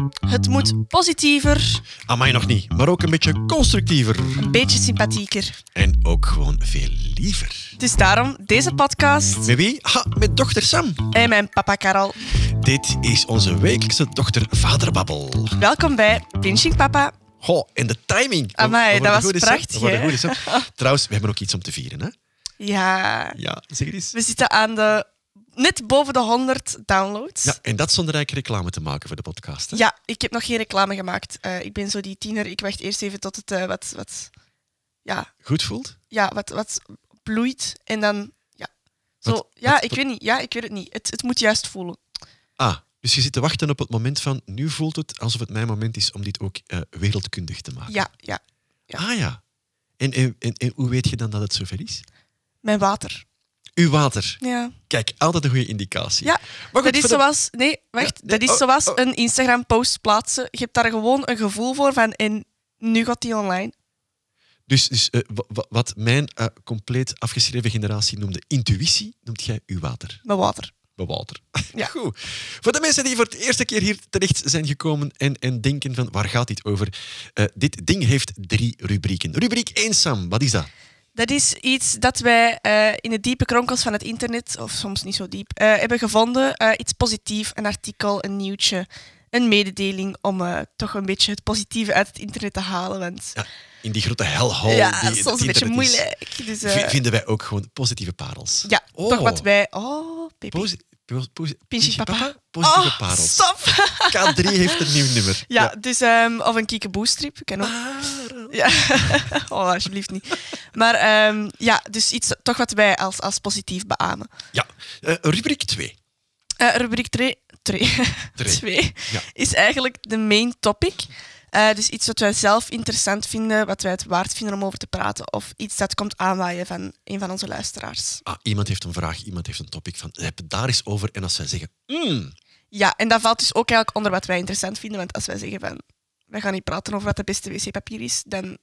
Het moet positiever, Amai, nog niet, maar ook een beetje constructiever. een beetje sympathieker. En ook gewoon veel liever. Dus daarom deze podcast Met wie? Ha, met dochter Sam. en mijn papa Karel. Dit is onze wekelijkse dochter-vaderbabbel. Welkom bij Pinching Papa. Goh, en de timing. Amai, dat was prachtig, Dat wordt hè? goed, is, hè? Trouwens, we hebben ook iets om te vieren, hè? Ja, Ja, zeg het eens. we zitten aan de net boven de 100 downloads. Ja, en dat zonder eigenlijk reclame te maken voor de podcast, hè? Ja, ik heb nog geen reclame gemaakt. Ik ben zo die tiener. Ik wacht eerst even tot het Goed voelt? wat bloeit. En dan, ja. Zo, ik weet niet. Ja, ik weet het niet. Het moet juist voelen. Ah, dus je zit te wachten op het moment van... Nu voelt het alsof het mijn moment is om dit ook wereldkundig te maken. Ja. Ja. Ah ja. En hoe weet je dan dat het zover is? Mijn water. Uw water. Ja. Kijk, altijd een goede indicatie. Ja, Maar goed, dat is voor de- zoals... Nee, wacht. Ja, nee, Dat is zoals een Instagram-post plaatsen. Je hebt daar gewoon een gevoel voor van... En nu gaat die online. Dus wat mijn compleet afgeschreven generatie noemde intuïtie, noemt jij uw water. Mijn water. Bewater. Ja. Goed. Voor de mensen die voor de eerste keer hier terecht zijn gekomen en denken van waar gaat dit over? Dit ding heeft 3 rubrieken. Rubriek 1, Sam, wat is dat? Dat is iets dat wij in de diepe kronkels van het internet, of soms niet zo diep, hebben gevonden. Iets positief, een artikel, een nieuwtje, een mededeling om toch een beetje het positieve uit het internet te halen. Want Ja, in die grote hellhole ja, die soms een het beetje internet is, moeilijk. Dus, vinden wij ook gewoon positieve parels. ja, Oh. toch wat wij... Oh, Pepe. Pinching Papa? Positieve Oh, parels. stop! K3 heeft een nieuw nummer. Ja, dus... of een kiekeboestrip, kan ook. Ja. Oh, alsjeblieft niet. Maar dus iets toch wat wij als positief beamen. Ja. Rubriek 2. Rubriek 2 Ja. is eigenlijk de main topic. Dus iets wat wij zelf interessant vinden, wat wij het waard vinden om over te praten, of iets dat komt aanwaaien van een van onze luisteraars. Iemand heeft een vraag, iemand heeft een topic van heb het daar eens over. En als zij zeggen, Ja, en dat valt dus ook eigenlijk onder wat wij interessant vinden, want als wij zeggen van, wij gaan niet praten over wat de beste wc-papier is, dan...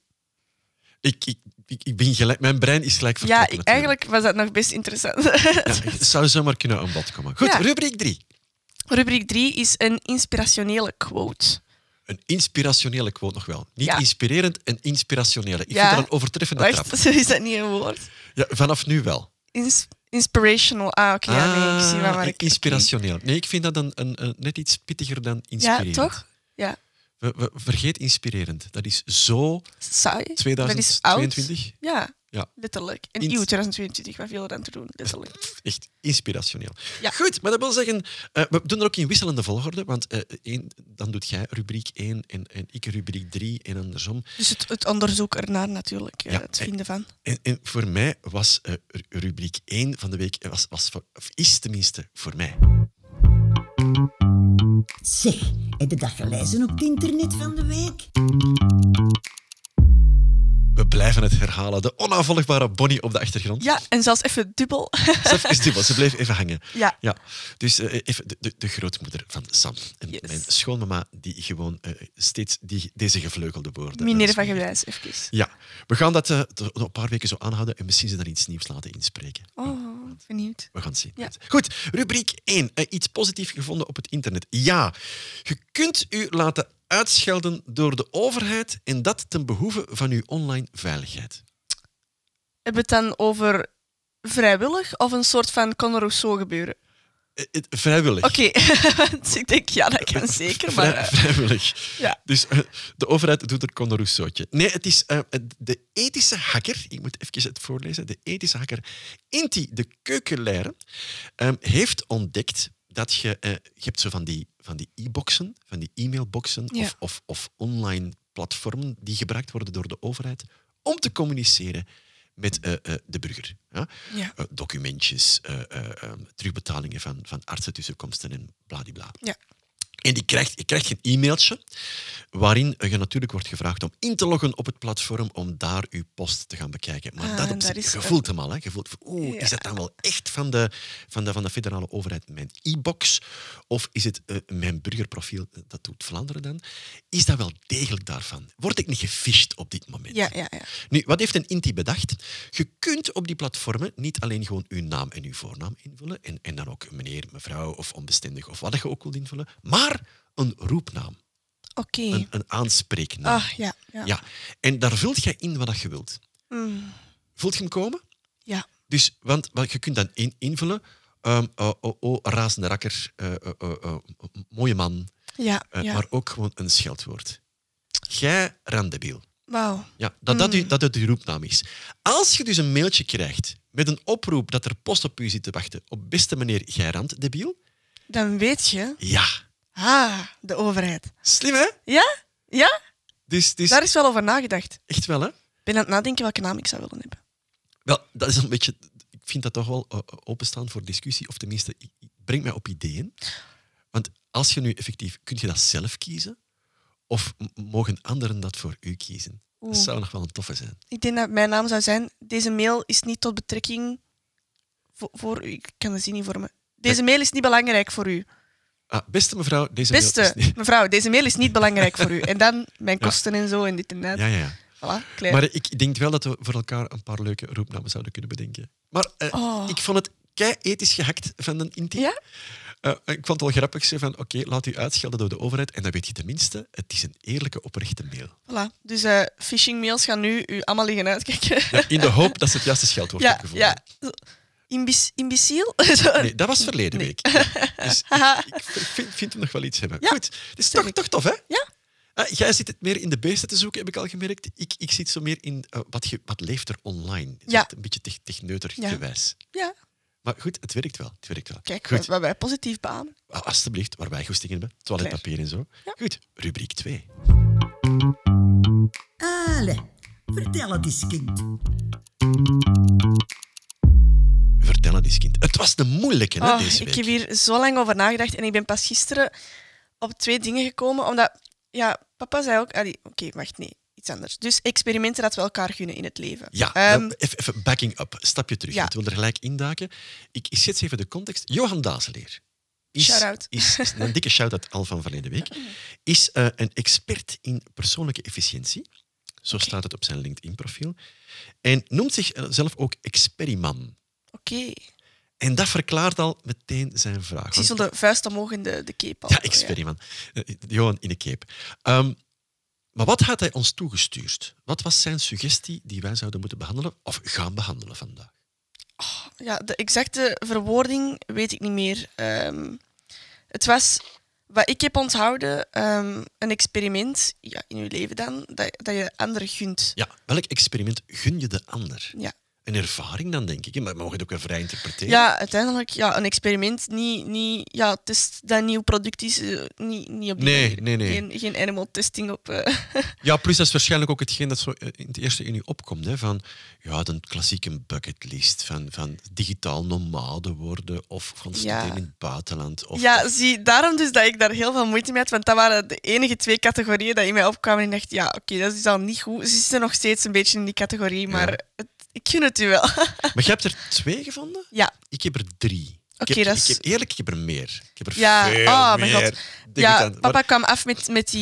ik ben gelijk, mijn brein is gelijk Ja, vertrokken. natuurlijk. eigenlijk was dat nog best interessant. Ja, het zou zomaar kunnen aan bod komen. Goed, Ja. rubriek 3. Rubriek 3 is een inspirationele quote. Een inspirationele quote nog wel. Niet Ja. inspirerend, een inspirationele. Ik Ja. vind dat een overtreffende trap. Wacht, is dat niet een woord? Ja, vanaf nu wel. Inspirational. Oké, ja, nee, ik zie waar ik... Inspirationeel. Nee, ik vind dat een net iets pittiger dan Ja, inspirerend. toch? Ja. Vergeet inspirerend. Dat is zo Saai. Dat is 2022. oud. Ja, Ja, letterlijk. En Ins- nieuw 2022, wat viel er dan te doen? Letterlijk. echt inspirationeel. Ja. Goed, maar dat wil zeggen, we doen er ook in wisselende volgorde, want dan doet jij rubriek 1 en ik rubriek 3 en andersom. Dus het onderzoek ernaar natuurlijk, Ja, het vinden van. En voor mij was rubriek 1 van de week, is tenminste voor mij. Zeg, heb je dat gelezen op het internet van de week? We blijven het herhalen. De onafvolgbare Bonnie op de achtergrond. Ja, en zelfs even dubbel. Zelf is dubbel, ze bleef even hangen. Ja. Dus even de grootmoeder van Sam. En Yes. mijn schoonmama, die gewoon steeds deze gevleugelde woorden... Minerva spreekt. gewijs, even. Ja, we gaan dat een paar weken zo aanhouden en misschien ze daar iets nieuws laten inspreken. Oh, benieuwd. We gaan het zien. Ja. Goed, rubriek 1. Iets positiefs gevonden op het internet. Ja, je kunt u laten uitschelden door de overheid en dat ten behoeve van uw online veiligheid. Hebben we het dan over vrijwillig of een soort van Conor Rousseau gebeuren? Vrijwillig. Oké, dus ik denk, ja, dat kan zeker, maar... Vrijwillig. ja. Dus de overheid doet er Conor Rousseautje. Nee, het is de ethische hacker, ik moet even het voorlezen, de ethische hacker Inti de Keukenleier heeft ontdekt dat je hebt zo van die e-boxen, van die e-mailboxen Ja. of online platformen die gebruikt worden door de overheid om te communiceren met de burger. Ja? Ja. Documentjes, terugbetalingen van artsentussenkomsten en bladibla. Ja. En je krijgt een e-mailtje waarin je natuurlijk wordt gevraagd om in te loggen op het platform om daar je post te gaan bekijken. Maar dat op zich, is je voelt hem al. Hè? Je voelt, Ja. is dat dan wel echt van de federale overheid mijn e-box? Of is het mijn burgerprofiel, dat doet Vlaanderen dan? Is dat wel degelijk daarvan? Word ik niet gefisht op dit moment? Ja. Nu, wat heeft een Inti bedacht? Je kunt op die platformen niet alleen gewoon uw naam en uw voornaam invullen en dan ook meneer, mevrouw of onbestendig of wat je ook wilt invullen, maar een roepnaam. Oké. Een aanspreeknaam. Ah, ja. Ja. En daar vult jij in wat je wilt. Mm, Vult je hem komen? ja. Dus, want je kunt dan invullen. Razende rakker, mooie man. Ja. Maar ook gewoon een scheldwoord. Jij randebiel. Wauw. Ja, dat uw roepnaam is. Als je dus een mailtje krijgt met een oproep dat er post op u zit te wachten, op beste manier jij randdebiel, Dan weet je... ja. De overheid. Slim, hè? Ja? Ja? Dus Daar is wel over nagedacht. echt wel, hè? Ik ben aan het nadenken welke naam ik zou willen hebben. Wel, dat is een beetje... Ik vind dat toch wel openstaan voor discussie, of tenminste, brengt mij op ideeën. Want als je nu effectief... Kun je dat zelf kiezen? Of mogen anderen dat voor u kiezen? Dat zou nog wel een toffe zijn. Ik denk dat mijn naam zou zijn... Deze mail is niet tot betrekking voor u. Ik kan de zin niet vormen. Deze mail is niet belangrijk voor u. Beste mevrouw, deze mail Beste is niet... mevrouw, deze mail is niet belangrijk voor u. En dan mijn kosten en zo en dit en dat. Ja. Voilà, klaar. Maar ik denk wel dat we voor elkaar een paar leuke roepnamen zouden kunnen bedenken. Maar ik vond het kei ethisch gehakt van een Inti. Ja? Ik vond het wel grappig zo van, oké, laat u uitschelden door de overheid. En dan weet je tenminste, het is een eerlijke, oprechte mail. Voilà. Dus phishing-mails gaan nu u allemaal liggen uitkijken. Ja, in de hoop dat ze het juiste scheldwoord hebben gevonden. Ja. Imbeciel? Nee, dat was verleden week. Dus ik vind hem nog wel iets hebben. Ja, Goed, het is toch tof, hè? Ja. Jij zit het meer in de beesten te zoeken, heb ik al gemerkt. Ik zit zo meer in wat leeft er online. Ja. Een beetje techneuter Ja. gewijs. Ja. Maar goed, het werkt wel. Kijk, Goed. wat wij positief beamen. Alsjeblieft, waar wij goesting hebben. Toiletpapier en zo. Ja. Goed, rubriek 2. Allee, vertel het eens, kind. Vertel het eens, kind. Het was de moeilijke, hè, deze week. Ik heb hier zo lang over nagedacht en ik ben pas gisteren op 2 dingen gekomen. Omdat, papa zei ook... Oké, wacht, nee, iets anders. Dus experimenten dat we elkaar gunnen in het leven. Ja, even backing up. Stapje terug. Ja. Ik wil er gelijk induiken. Ik schets even de context. Johan Dazeleer. Shout-out. Is een dikke shout-out al van verleden week. Is een expert in persoonlijke efficiëntie. Zo staat het op zijn LinkedIn-profiel. En noemt zichzelf ook Experiman. Oké. En dat verklaart al meteen zijn vraag. Ik zie zo de vuist omhoog in de cape. Ja, Experiman. Johan in de cape. Maar wat had hij ons toegestuurd? Wat was zijn suggestie die wij zouden moeten behandelen of gaan behandelen vandaag? Ja, de exacte verwoording weet ik niet meer. Het was, wat ik heb onthouden, een experiment in je leven dan, dat je anderen gunt. Ja, welk experiment gun je de ander? Ja. Een ervaring dan, denk ik. Hè? Maar we mogen het ook weer vrij interpreteren. Ja, uiteindelijk een experiment. Het is dat een nieuw product is. Niet op die manier. Nee. Geen animal testing op... Ja, plus dat is waarschijnlijk ook hetgeen dat zo in het eerste in je opkomt. Hè? Van de klassieke bucketlist. Van digitaal nomade worden of van studeren in het buitenland. Zie, daarom dus dat ik daar heel veel moeite mee had. Want dat waren de enige 2 categorieën die in mij opkwamen. En ik dacht, oké, dat is al niet goed. Ze zitten nog steeds een beetje in die categorie, maar... Ik gun het u wel. Maar je hebt er 2 gevonden? Ja. Ik heb er 3. Oké, dat is... Ik heb er meer. Ik heb er veel mijn meer. god. Ja, papa kwam af met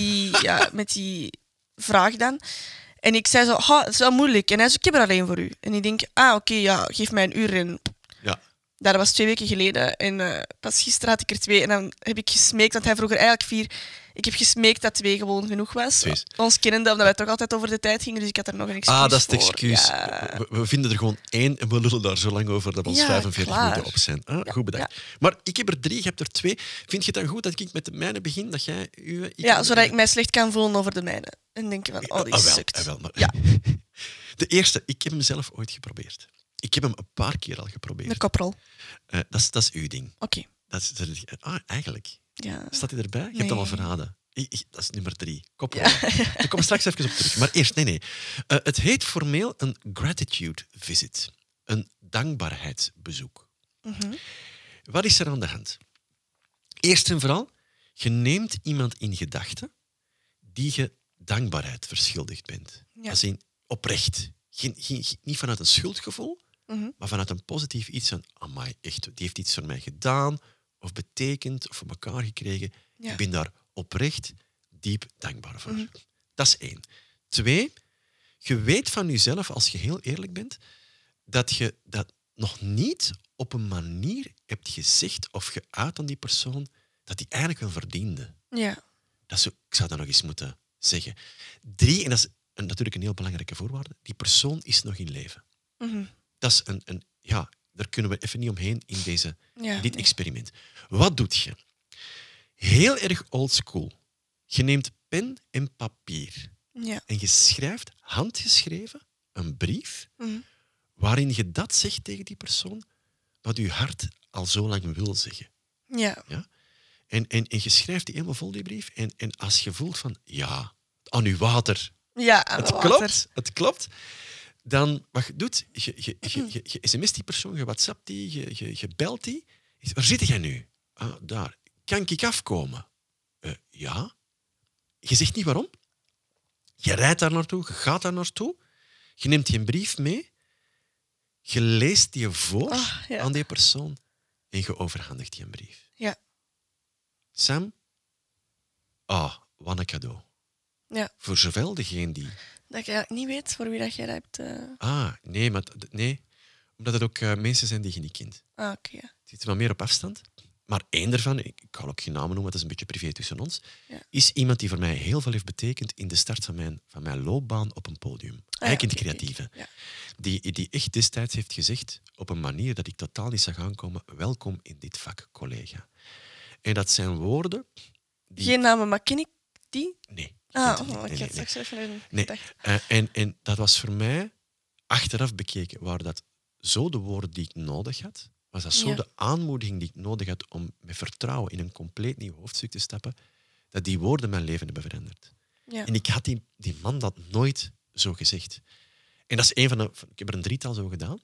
die vraag dan. En ik zei zo, het is wel moeilijk. En hij zei, ik heb er alleen voor u. En ik denk, oké, geef mij een uur. En Ja. dat was 2 weken geleden. En pas gisteren had ik er 2. En dan heb ik gesmeekt, want hij vroeg er eigenlijk 4. Ik heb gesmeekt dat 2 gewoon genoeg was. Precies. Ons kennende, omdat wij toch altijd over de tijd gingen. Dus ik had er nog een excuus voor. Dat is het excuus. Ja. We vinden er gewoon 1 en we lullen daar zo lang over dat we ons 45 klaar. minuten op zijn. Goed bedacht. Maar ik heb er 3, je hebt er 2. Vind je het dan goed dat ik met de mijne begin? Dat jij... Zodat ik mij slecht kan voelen over de mijne. En denken van, die sukt. Wel, maar... Ja. De eerste, ik heb hem zelf ooit geprobeerd. Ik heb hem een paar keer al geprobeerd. De koprol. Dat is uw ding. Oké. Eigenlijk. Ja. Staat hij erbij? Je Nee. hebt hem al verraden. Dat is nummer 3. Koppel. Daar kom ik straks even op terug. Maar eerst, nee. Het heet formeel een gratitude visit. Een dankbaarheidsbezoek. Mhm. Wat is er aan de hand? Eerst en vooral, je neemt iemand in gedachten die je dankbaarheid verschuldigd bent. Ja. Als in oprecht. Niet vanuit een schuldgevoel, Mhm. maar vanuit een positief iets van, amai, echt, die heeft iets voor mij gedaan of betekend of voor elkaar gekregen. Ja. Ik ben daar oprecht diep dankbaar voor. Mhm. Dat is 1. 2, je weet van jezelf, als je heel eerlijk bent, dat je dat nog niet op een manier hebt gezegd of geuit aan die persoon dat die eigenlijk wel verdiende. Ja. Ik zou dat nog eens moeten zeggen. 3, en dat is natuurlijk een heel belangrijke voorwaarde, die persoon is nog in leven. Mhm. Dat is daar kunnen we even niet omheen in dit Nee. experiment. Wat doet je? Heel erg oldschool. Je neemt pen en papier Ja. en je schrijft, handgeschreven, een brief Mhm. waarin je dat zegt tegen die persoon wat je hart al zo lang wil zeggen. Ja. En je schrijft die helemaal vol, die brief. En als je voelt van, ja, aan je water, Ja, aan het water. klopt, dan wat je doet, je sms't die persoon, je whatsappt die, je belt die. Waar zit jij nu? Ah, daar. Kan ik afkomen? Ja. Je zegt niet waarom. Je rijdt daar naartoe, je gaat daar naartoe. Je neemt je brief mee. Je leest die voor Ja. aan die persoon. En je overhandigt die een brief. Ja. Sam, wat een cadeau. Ja. Voor zowel degene die... Dat je eigenlijk niet weet voor wie dat jij dat hebt... Nee, omdat het ook mensen zijn die je niet kent. Oké, ja. Het zit wel meer op afstand. Maar één daarvan, ik kan ook geen namen noemen, het is een beetje privé tussen ons, is iemand die voor mij heel veel heeft betekend in de start van mijn loopbaan op een podium. Eigenlijk in het creatieve. Ja. Die echt destijds heeft gezegd, op een manier dat ik totaal niet zag aankomen, welkom in dit vak, collega. En dat zijn woorden... Geen namen, maar ken ik die? Nee. Ik had straks even gedacht. En dat was voor mij, achteraf bekeken, waren dat zo de woorden die ik nodig had, was dat zo de aanmoediging die ik nodig had om met vertrouwen in een compleet nieuw hoofdstuk te stappen, dat die woorden mijn leven hebben veranderd. Ja. En ik had die man dat nooit zo gezegd. En dat is een van de... Ik heb er een 3-tal zo gedaan.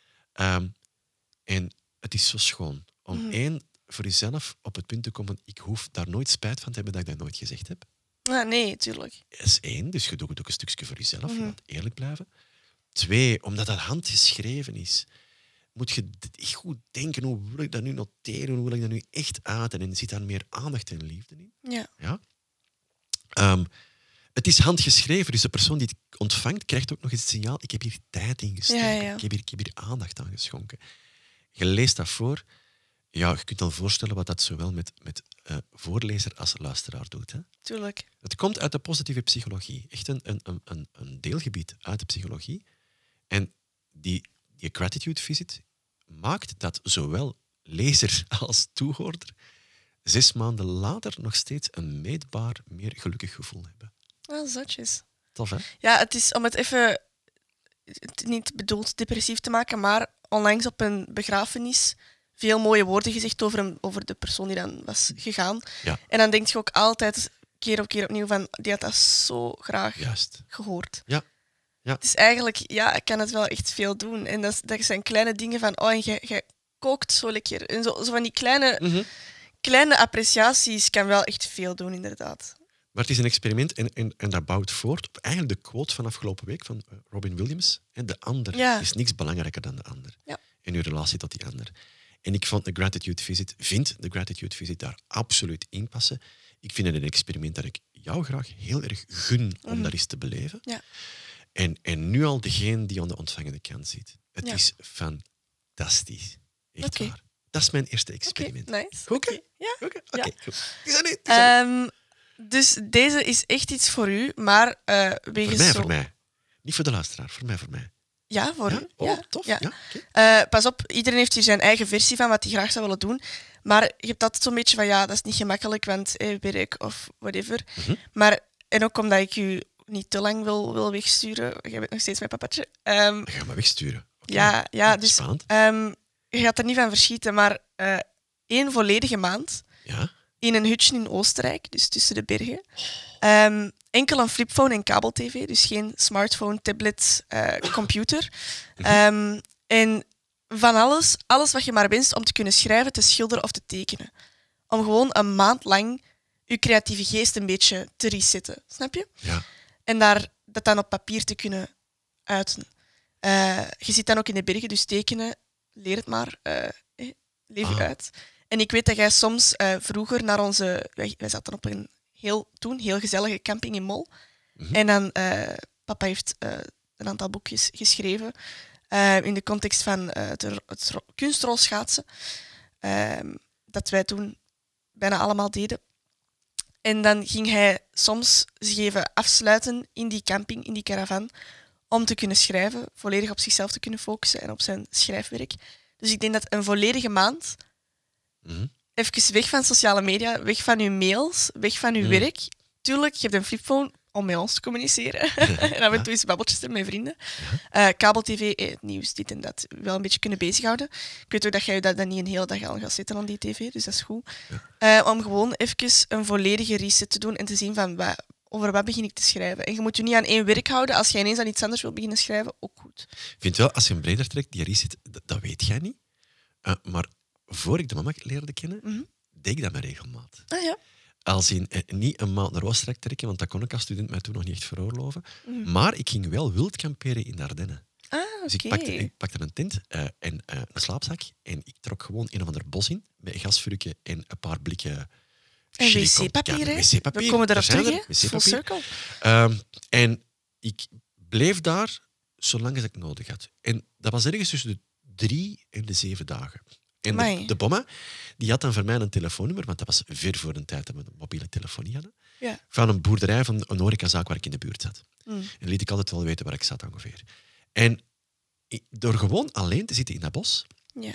En het is zo schoon. Om voor jezelf op het punt te komen, ik hoef daar nooit spijt van te hebben dat ik dat nooit gezegd heb. Nee, tuurlijk. Dat is 1, dus je doet het ook een stukje voor jezelf. Je laat eerlijk blijven. 2, omdat dat handgeschreven is, moet je goed denken, hoe wil ik dat nu noteren, hoe wil ik dat nu echt uiten? En zit daar meer aandacht en liefde in? Ja. Het is handgeschreven, dus de persoon die het ontvangt, krijgt ook nog eens het signaal, ik heb hier tijd in gestoken, Ja. ik heb hier aandacht aan geschonken. Je leest dat voor. Ja, je kunt dan voorstellen wat dat zowel met voorlezer als luisteraar doet. Hè? Tuurlijk. Het komt uit de positieve psychologie. Echt een deelgebied uit de psychologie. En die gratitude visit maakt dat zowel lezer als toehoorder 6 maanden later nog steeds een meetbaar meer gelukkig gevoel hebben. Zotjes. Tof, hè? Ja, het is om het even niet bedoeld depressief te maken, maar onlangs op een begrafenis veel mooie woorden gezegd over de persoon die dan was gegaan. Ja. En dan denk je ook altijd keer op keer opnieuw van, die had dat zo graag gehoord. Ja. Het is eigenlijk, ik kan het wel echt veel doen. En dat zijn kleine dingen van, en jij kookt zo lekker. En zo van die kleine appreciaties kan wel echt veel doen, inderdaad. Maar het is een experiment en dat bouwt voort op eigenlijk de quote van afgelopen week van Robin Williams. De ander is niks belangrijker dan de ander. Ja. En uw relatie tot die ander. En ik vind de gratitude visit daar absoluut in passen. Ik vind het een experiment dat ik jou graag heel erg gun om daar eens te beleven. Ja. En nu al degene die aan de ontvangende kant zit. Het is fantastisch. Echt waar. Dat is mijn eerste experiment. Nice. Oké. Ja. Oké, goed. Is dat niet? Dus deze is echt iets voor u, maar wegens voor mij. Niet voor de luisteraar, voor mij. Ja, voor u. Oh, tof. Ja. Ja, okay. Pas op, iedereen heeft hier zijn eigen versie van wat hij graag zou willen doen. Maar je hebt altijd zo'n beetje van, dat is niet gemakkelijk, want werk of whatever. Maar, en ook omdat ik u niet te lang wil wegsturen. Jij bent nog steeds mijn papatje. Ga maar wegsturen. Okay. Ja, dus spannend. Je gaat er niet van verschieten, maar 1 volledige maand in een hutje in Oostenrijk, dus tussen de bergen. Enkel een flipphone en kabel-tv, dus geen smartphone, tablet, computer. En van alles wat je maar wenst om te kunnen schrijven, te schilderen of te tekenen. Om gewoon een maand lang je creatieve geest een beetje te resetten, snap je? Ja. En dat dan op papier te kunnen uiten. Je zit dan ook in de bergen, dus tekenen, leer het maar, leef je uit. En ik weet dat jij soms vroeger naar onze... Wij zaten op een heel gezellige camping in Mol. En dan, papa heeft een aantal boekjes geschreven in de context van het kunstrolschaatsen. Dat wij toen bijna allemaal deden. En dan ging hij soms zich even afsluiten in die camping, in die caravan, om te kunnen schrijven, volledig op zichzelf te kunnen focussen en op zijn schrijfwerk. Dus ik denk dat een volledige maand even weg van sociale media, weg van uw mails, weg van uw werk. Tuurlijk, je hebt een flipphone om met ons te communiceren. En af en toe eens babbeltjes er met vrienden. Kabel-tv, het nieuws, dit en dat. Wel een beetje kunnen bezighouden. Ik weet ook dat jij dat dan niet een hele dag aan gaat zitten aan die tv, dus dat is goed. Om gewoon even een volledige reset te doen en te zien van over wat begin ik te schrijven. En je moet je niet aan één werk houden. Als je ineens aan iets anders wilt beginnen schrijven, ook goed. Ik vind wel, als je een breder trekt, die reset, dat weet jij niet. Maar voor ik de mama leerde kennen, deed ik dat met regelmaat. Ah ja. Als in niet een maand naar Oostenrijk trekken, want dat kon ik als student mij toen nog niet echt veroorloven. Maar ik ging wel wild kamperen in de Ardennen. Ah, oké. Dus ik pakte een tent en een slaapzak en ik trok gewoon een of ander bos in met een gasvuurtje en een paar blikken en wc-papier. wc-papier. We komen erop terug, hè? Full circle. En ik bleef daar zolang als ik nodig had. En dat was ergens tussen de 3 en de 7 dagen. En de bomma, die had dan voor mij een telefoonnummer, want dat was ver voor een tijd dat we een mobiele telefonie hadden, van een boerderij van een horecazaak waar ik in de buurt zat. En liet ik altijd wel weten waar ik zat ongeveer. En door gewoon alleen te zitten in dat bos,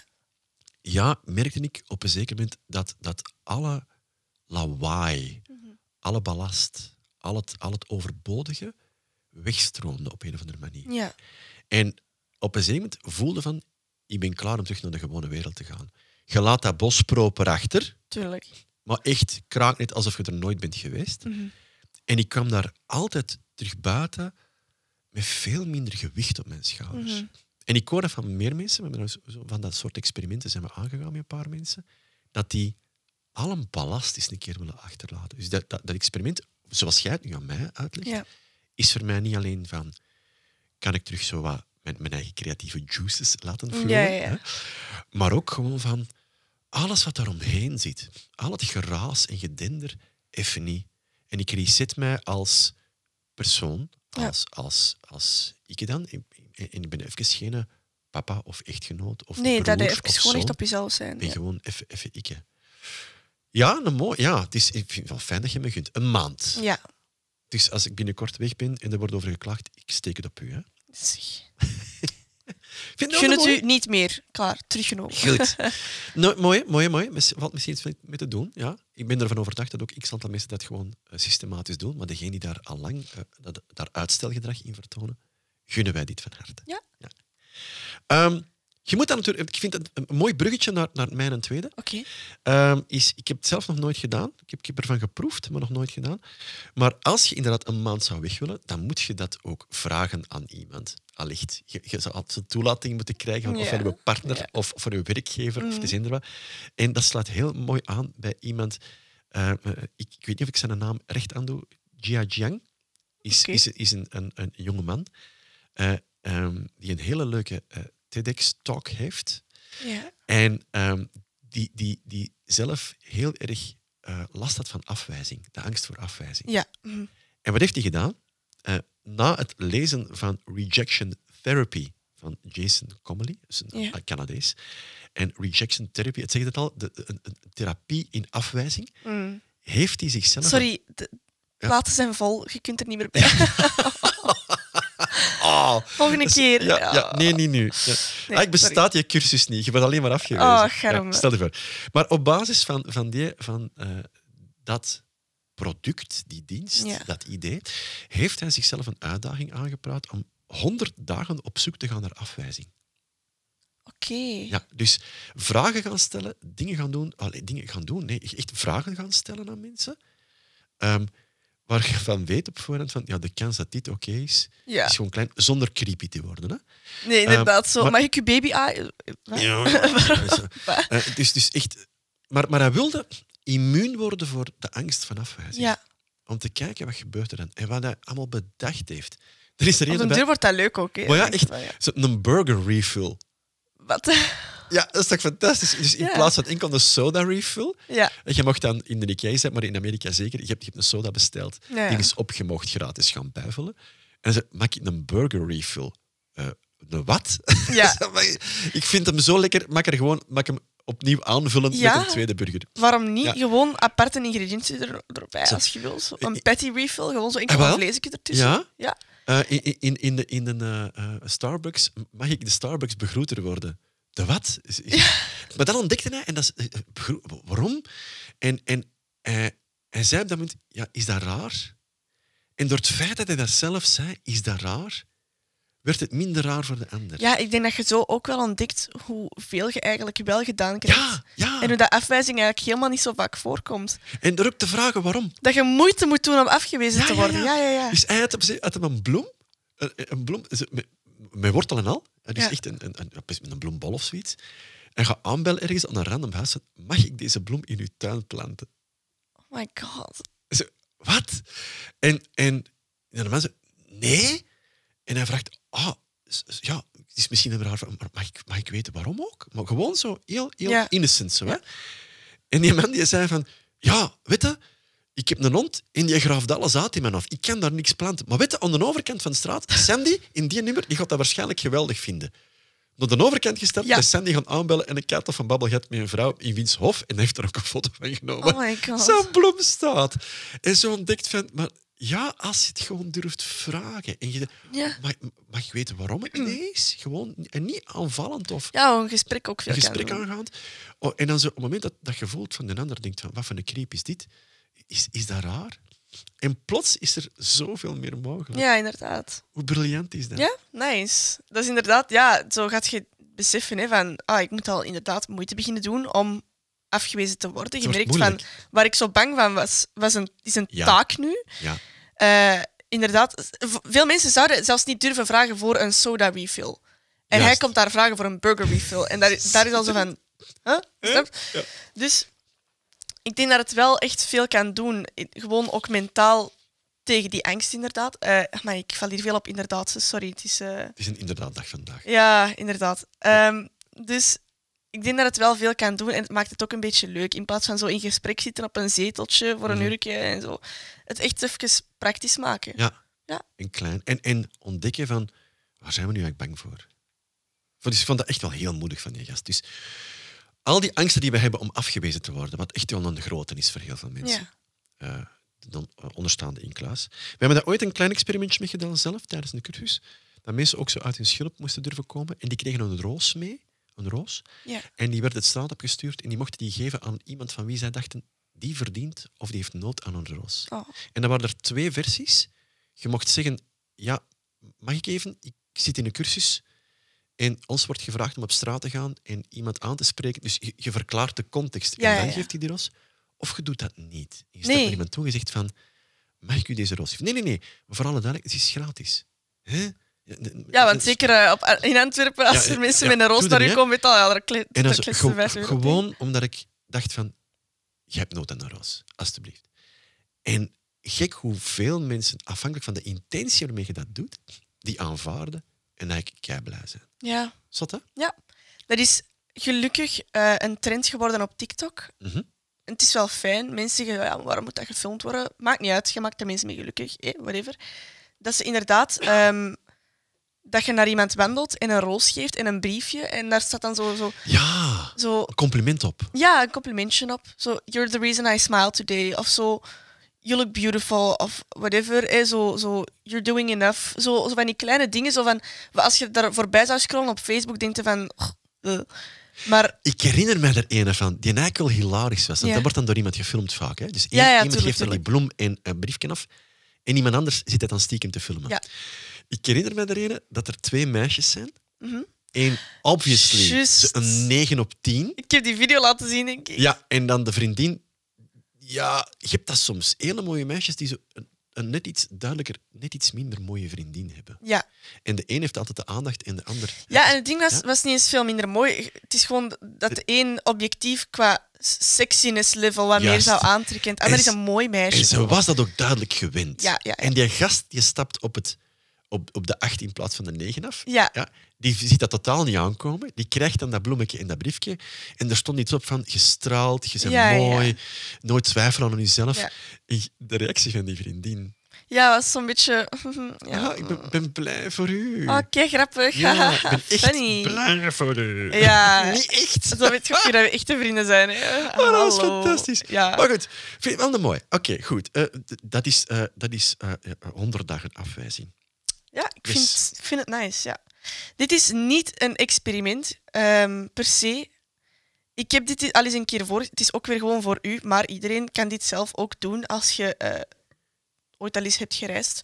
merkte ik op een zeker moment dat alle lawaai, alle ballast, al het overbodige wegstroomde op een of andere manier. Ja. En op een zeker moment voelde van, ik ben klaar om terug naar de gewone wereld te gaan. Je laat dat bos proper achter. Tuurlijk. Maar echt kraakt net alsof je er nooit bent geweest. En ik kwam daar altijd terug buiten met veel minder gewicht op mijn schouders. En ik hoor dat van meer mensen. We hebben van dat soort experimenten zijn we aangegaan met een paar mensen. Dat die al een ballast eens een keer willen achterlaten. Dus dat experiment, zoals jij het nu aan mij uitlegt, is voor mij niet alleen van, kan ik terug zo wat mijn eigen creatieve juices laten vloeien. Hè? Maar ook gewoon van alles wat daaromheen zit. Al het geraas en gedender, even niet. En ik reset mij als persoon, als ik dan. En ik ben even geen papa of echtgenoot of broer dat of even zoon. gewoon echt op jezelf zijn. Ik ben gewoon even ik. Ja, ik vind het wel fijn dat je me gunt. Een maand. Ja. Dus als ik binnenkort weg ben en er wordt over geklaagd, ik steek het op u. Hè. Gun het u niet meer. Klaar, teruggenomen. Goed. Mooi. Valt misschien iets mee te doen. Ja. Ik ben ervan overtuigd dat ook x aantal mensen dat gewoon systematisch doen. Maar degenen die daar al lang daar uitstelgedrag in vertonen, gunnen wij dit van harte. Ja. Je moet dan natuurlijk, ik vind het een mooi bruggetje naar mijn tweede. Oké. Ik heb het zelf nog nooit gedaan. Ik heb ervan geproefd, maar nog nooit gedaan. Maar als je inderdaad een maand zou weg willen, dan moet je dat ook vragen aan iemand. Allicht. Je zou altijd een toelating moeten krijgen of van je partner of van je werkgever of de wat. En dat slaat heel mooi aan bij iemand. Ik weet niet of ik zijn naam recht aandoe. Jia Jiang is een jonge man die een hele leuke TEDx-talk heeft. Ja. En die zelf heel erg last had van afwijzing. De angst voor afwijzing. Ja. En wat heeft hij gedaan? Na het lezen van Rejection Therapy van Jason Comely, is een Canadees. En Rejection Therapy, het zegt het al, een therapie in afwijzing, heeft hij zichzelf... Sorry, de platen zijn vol. Je kunt er niet meer bij. Volgende keer. Nee, niet nu. Ja. Nee, ik bestaat je cursus niet. Je wordt alleen maar afgewezen. Stel je voor. Maar op basis van dat product, die dienst, dat idee, heeft hij zichzelf een uitdaging aangepraat om 100 dagen op zoek te gaan naar afwijzing. Oké. Ja, dus vragen gaan stellen, dingen gaan doen. Nee, echt vragen gaan stellen aan mensen. Waar je van weet op voorhand van de kans dat dit oké is, is gewoon klein, zonder creepy te worden. Hè? Nee, inderdaad. Zo. Mag ik je baby... Dus echt... Maar hij wilde immuun worden voor de angst van afwijzing. Ja. Om te kijken wat gebeurt er dan. En wat hij allemaal bedacht heeft. Er is er op een duur wordt dat leuk ook. Hè? Maar echt, een burger refill. Wat? Ja, dat is toch fantastisch. Dus in plaats van enkel een soda refill, en je mocht dan in de Ikea zijn, maar in Amerika zeker, je hebt een soda besteld, die is op, je mocht gratis gaan bijvullen. En ze maak ik een burger refill. Een wat? Ja. Ik vind hem zo lekker, maak hem opnieuw aanvullend Ja. met een tweede burger. Waarom niet? Ja. Gewoon aparte ingrediënten erbij Zo. als je wil. Zo een patty refill, gewoon zo enkel wel? een vleesje ertussen. Ja? Ja. In een Starbucks mag ik de Starbucks begroeter worden. De wat? Maar dat ontdekte hij en dat is, waarom? En hij zei op dat moment, ja, is dat raar? En door het feit dat hij dat zelf zei, is dat raar, werd het minder raar voor de ander. Ja, ik denk dat je zo ook wel ontdekt hoeveel je eigenlijk wel gedaan krijgt. Ja. En hoe dat afwijzing eigenlijk helemaal niet zo vaak voorkomt. En er ook te vragen waarom. Dat je moeite moet doen om afgewezen te worden. Ja. Dus hij had hem een bloem, met wortel en al. Dus Ja. echt een bloembol of zoiets. En ga aanbellen ergens aan een random huis. Mag ik deze bloem in uw tuin planten? Oh my god. Zo, wat? En de man zei, nee. En hij vraagt, ja, het is misschien een raar vraag, maar mag ik weten waarom ook? Maar gewoon zo heel Ja. innocent. Zo, hè? Ja. En die man die zei van, ja, weet je, ik heb een hond en die graaft alles uit in mijn af. Ik kan daar niks planten. Maar weet je, aan de overkant van de straat, Sandy, in die nummer, die gaat dat waarschijnlijk geweldig vinden. Naar de overkant gestapt, Ja. bij Sandy gaan aanbellen en een kat of een babbel gehad met een vrouw in wiens hof en hij heeft er ook een foto van genomen. Oh my god. Zo'n bloem staat. En zo ontdekt van, maar ja, als je het gewoon durft vragen. En je, Ja. mag ik weten waarom het niet is? Gewoon, en niet aanvallend of Ja, een gesprek ook veel een kan gesprek doen. aangaand. Oh, en dan zo, op het moment dat je voelt van de ander denkt van, wat voor een creep is dit? Is dat raar? En plots is er zoveel meer mogelijk. Ja, inderdaad. Hoe briljant is dat? Ja, nice. Dat is inderdaad, ja, zo gaat je beseffen hè, van, ik moet al inderdaad moeite beginnen doen om afgewezen te worden. Je Het wordt merkt van, moeilijk. waar ik zo bang van was is een Ja. taak nu. Ja. Inderdaad, veel mensen zouden zelfs niet durven vragen voor een soda refill. En hij Juist. komt daar vragen voor een burger refill. En daar is al zo van, huh? Snap? Ja. Dus ik denk dat het wel echt veel kan doen. Gewoon ook mentaal tegen die angst, inderdaad. Maar ik val hier veel op, inderdaad. Sorry, het is... Het is een inderdaad dag vandaag. Ja, inderdaad. Dus ik denk dat het wel veel kan doen en het maakt het ook een beetje leuk. In plaats van zo in gesprek zitten op een zeteltje voor een uurtje en zo. Het echt even praktisch maken. Ja. Ja. En klein. En ontdekken van, waar zijn we nu eigenlijk bang voor? Dus ik vond dat echt wel heel moedig van die gast. Dus al die angsten die we hebben om afgewezen te worden, wat echt wel een grote is voor heel veel mensen. Dan onderstaande in klas. We hebben daar ooit een klein experimentje mee gedaan zelf, tijdens een cursus. Dat mensen ook zo uit hun schulp moesten durven komen. En die kregen een roos mee. Een roos. Ja. En die werd het straat opgestuurd en die mochten die geven aan iemand van wie zij dachten, die verdient of die heeft nood aan een roos. Oh. En dan waren er 2 versies. Je mocht zeggen, ja, mag ik even? Ik zit in een cursus en ons wordt gevraagd om op straat te gaan en iemand aan te spreken. Dus je verklaart de context en dan geeft hij die roos. Of je doet dat niet. Je staat naar iemand toe en zegt van, mag ik u deze roos geven? Nee. Maar voor alle duidelijkheid, het is gratis. Hè? Ja, want zeker in Antwerpen, als er mensen met een roos naar u komen, weet al, daar en dan kletst ze 5 euro. gewoon omdat ik dacht van, je hebt nood aan een roos, alstublieft. En gek hoeveel mensen, afhankelijk van de intentie waarmee je dat doet, die aanvaarden en eigenlijk kei blij zijn. Ja. Zat dat? Ja. Dat is gelukkig een trend geworden op TikTok. Mhm. En het is wel fijn. Mensen zeggen, ja, maar waarom moet dat gefilmd worden? Maakt niet uit, je maakt de mensen mee gelukkig. Whatever. Dat ze inderdaad... dat je naar iemand wandelt en een roos geeft en een briefje. En daar staat dan zo Ja, een compliment op. Ja, een complimentje op. Zo, you're the reason I smile today. Of zo, you look beautiful. Of whatever. Zo, you're doing enough. Zo van die kleine dingen. Zo van, als je daar voorbij zou scrollen op Facebook, denk je van... Maar Ik herinner me er een van, die eigenlijk wel hilarisch was. Want dat wordt dan door iemand gefilmd vaak. Hè? Dus iemand geeft er die bloem en een briefje af. En iemand anders zit het dan stiekem te filmen. Ja. Ik herinner me er een dat er 2 meisjes zijn. Mhm. Eén, obviously, Juist. een 9 op 10. ik heb die video laten zien, denk ik. Ja, en dan de vriendin. Ja, je hebt dat soms. Hele mooie meisjes die zo een net iets duidelijker, net iets minder mooie vriendin hebben. Ja. En de een heeft altijd de aandacht en de ander... Ja, en het ding was niet eens veel minder mooi. Het is gewoon dat de een objectief qua sexiness level wat meer Juist. zou aantrekken. En het ander En is een mooi meisje. En ze was dat ook duidelijk gewend. Ja. En die gast die stapt op de 8 in plaats van de 9 af. Ja. Die ziet dat totaal niet aankomen. Die krijgt dan dat bloemetje en dat briefje. En er stond iets op van, je straalt, je bent mooi, nooit twijfelen aan jezelf. Ja. En de reactie van die vriendin. Ja, was zo'n beetje... ja. Ah, ik ben blij voor u. Oké, grappig. Ja, ik ben echt Funny. blij voor u. Ja. Niet echt. Zo weet je ook dat we echte vrienden zijn. Hè? Oh, dat was Hallo. fantastisch. Ja. Maar goed, vind je wel mooi. Oké, goed. Dat is 100 dagen afwijzing. Ja, ik Dus- vind het nice, ja. Dit is niet een experiment, per se. Ik heb dit al eens een keer voor. Het is ook weer gewoon voor u, maar iedereen kan dit zelf ook doen als je ooit al eens hebt gereisd.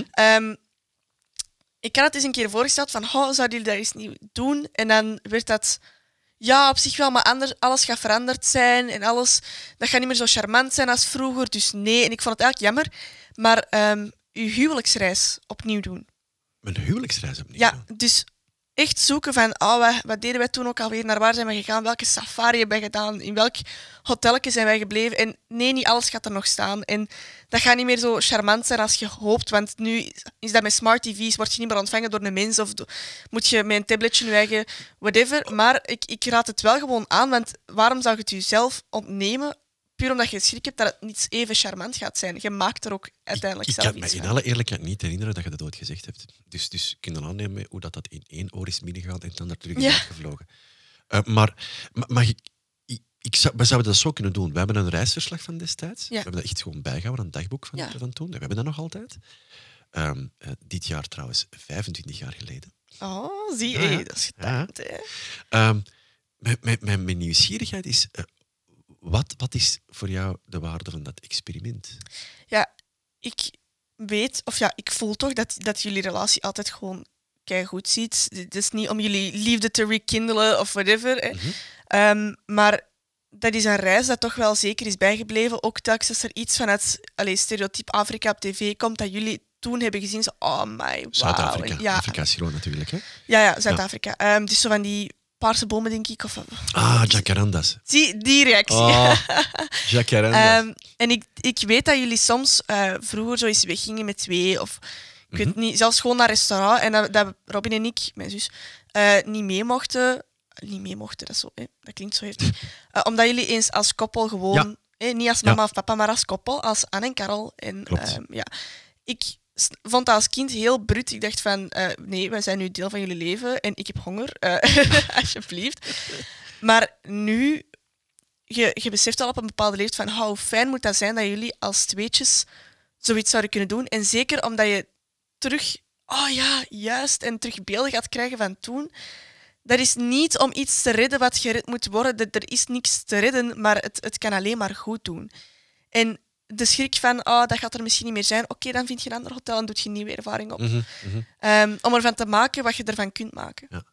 Ik had het eens een keer voorgesteld van, zouden jullie dat eens niet doen? En dan werd dat, ja, op zich wel, maar anders, alles gaat veranderd zijn en alles, dat gaat niet meer zo charmant zijn als vroeger, dus nee. En ik vond het eigenlijk jammer, maar uw huwelijksreis opnieuw doen. Mijn huwelijksreis opnieuw. Ja, dus echt zoeken van wat deden wij toen ook alweer, naar waar zijn we gegaan, welke safari hebben we gedaan, in welk hotelletje zijn wij gebleven. En nee, niet alles gaat er nog staan. En dat gaat niet meer zo charmant zijn als je hoopt, want nu is dat met smart tv's, word je niet meer ontvangen door een mens of moet je met een tabletje je eigen whatever. Maar ik raad het wel gewoon aan, want waarom zou je het jezelf ontnemen? Puur omdat je schrik hebt dat het niet even charmant gaat zijn. Je maakt er ook uiteindelijk Ik zelf kan me iets in van. alle eerlijkheid niet herinneren dat je dat ooit gezegd hebt. Dus kun je aannemen hoe dat in één oor is binnengegaan en dan er terug is Ja. uitgevlogen. Maar we zouden dat zo kunnen doen. We hebben een reisverslag van destijds. Ja. We hebben dat echt gewoon bijgehouden, een dagboek Ja. van toen. We hebben dat nog altijd. Dit jaar trouwens 25 jaar geleden. Oh, zie je, Ja, ja. dat is getakend, hè. Mijn nieuwsgierigheid is... Wat is voor jou de waarde van dat experiment? Ja, ik weet, of ja, ik voel toch dat jullie relatie altijd gewoon keigoed ziet. Het is niet om jullie liefde te rekindelen of whatever. Hè. Maar dat is een reis dat toch wel zeker is bijgebleven. Ook telkens als er iets van het stereotype Afrika op tv komt, dat jullie toen hebben gezien, zo, oh my, wow. Zuid-Afrika. En ja, Afrika is gewoon natuurlijk. Hè? ja, Zuid-Afrika. Dus zo van die paarse bomen, denk ik. Of, Jacarandas. zie, die reactie. Jacarandas. En ik weet dat jullie soms vroeger zo eens weggingen met twee, of ik weet niet, zelfs gewoon naar een restaurant, en dat Robin en ik, mijn zus, niet mee mochten. Niet mee mochten, dat, is zo, dat klinkt zo heftig. Omdat jullie eens als koppel gewoon, niet als mama of papa, maar als koppel, als Anne en Karel. En, Klopt. ik vond dat als kind heel bruut. Ik dacht van, nee, wij zijn nu deel van jullie leven en ik heb honger, alsjeblieft. Maar nu, je beseft al op een bepaalde leeftijd van hoe fijn moet dat zijn dat jullie als tweetjes zoiets zouden kunnen doen. En zeker omdat je terug, juist, en terug beelden gaat krijgen van toen. Dat is niet om iets te redden wat gered moet worden. Er is niks te redden, maar het kan alleen maar goed doen. En de schrik van, dat gaat er misschien niet meer zijn. Oké, dan vind je een ander hotel en doe je een nieuwe ervaring op. Om ervan te maken wat je ervan kunt maken. Ja.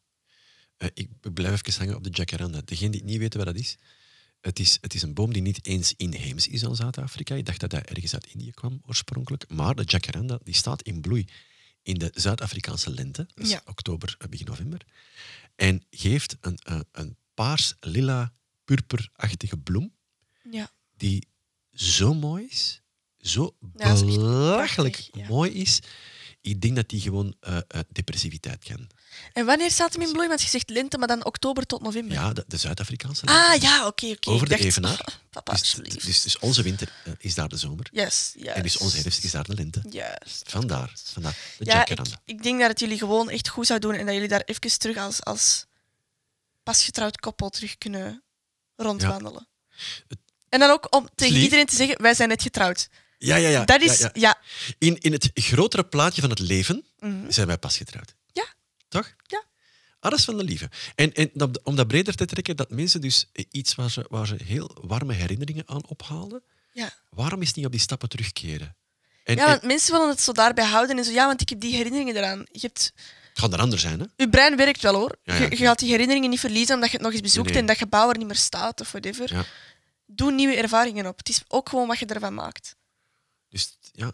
Ik blijf even hangen op de jacaranda. Degene die het niet weten wat dat is, het is een boom die niet eens inheems is aan Zuid-Afrika. Ik dacht dat hij ergens uit Indië kwam oorspronkelijk. Maar de jacaranda die staat in bloei in de Zuid-Afrikaanse lente. Dat is oktober, begin november. En geeft een paars-lila, purperachtige bloem Ja. die zo mooi is, zo Ja, dat is echt belachelijk prachtig, ja. mooi is. Ik denk dat die gewoon depressiviteit kan. En wanneer staat hem in bloei? Want je zegt lente, maar dan oktober tot november. Ja, de Zuid-Afrikaanse lente. Ah, ja, oké. Over Ik de dacht, evenaar. papa, Dus, alsjeblieft. dus onze winter is daar de zomer. Yes. En dus onze herfst is daar de lente. Juist. Vandaar de Ja, jacaranda. ik denk dat het jullie gewoon echt goed zou doen en dat jullie daar even terug als pasgetrouwd koppel terug kunnen rondwandelen. En dan ook om tegen lief. iedereen te zeggen, wij zijn net getrouwd. Ja. Dat is, ja. In het grotere plaatje van het leven zijn wij pas getrouwd. Ja. Toch? Ja. Dat is van de lieve. En om dat breder te trekken, dat mensen dus iets waar ze heel warme herinneringen aan ophalen, Ja. waarom is het niet op die stappen terugkeren? Ja, want mensen willen het zo daarbij houden en zo, ja, want ik heb die herinneringen eraan. Het gaat er anders zijn, hè? Je brein werkt wel, hoor. Ja, Je gaat die herinneringen niet verliezen omdat je het nog eens bezoekt Nee. en dat gebouw er niet meer staat of whatever. Ja. Doe nieuwe ervaringen op. Het is ook gewoon wat je ervan maakt. Dus ja,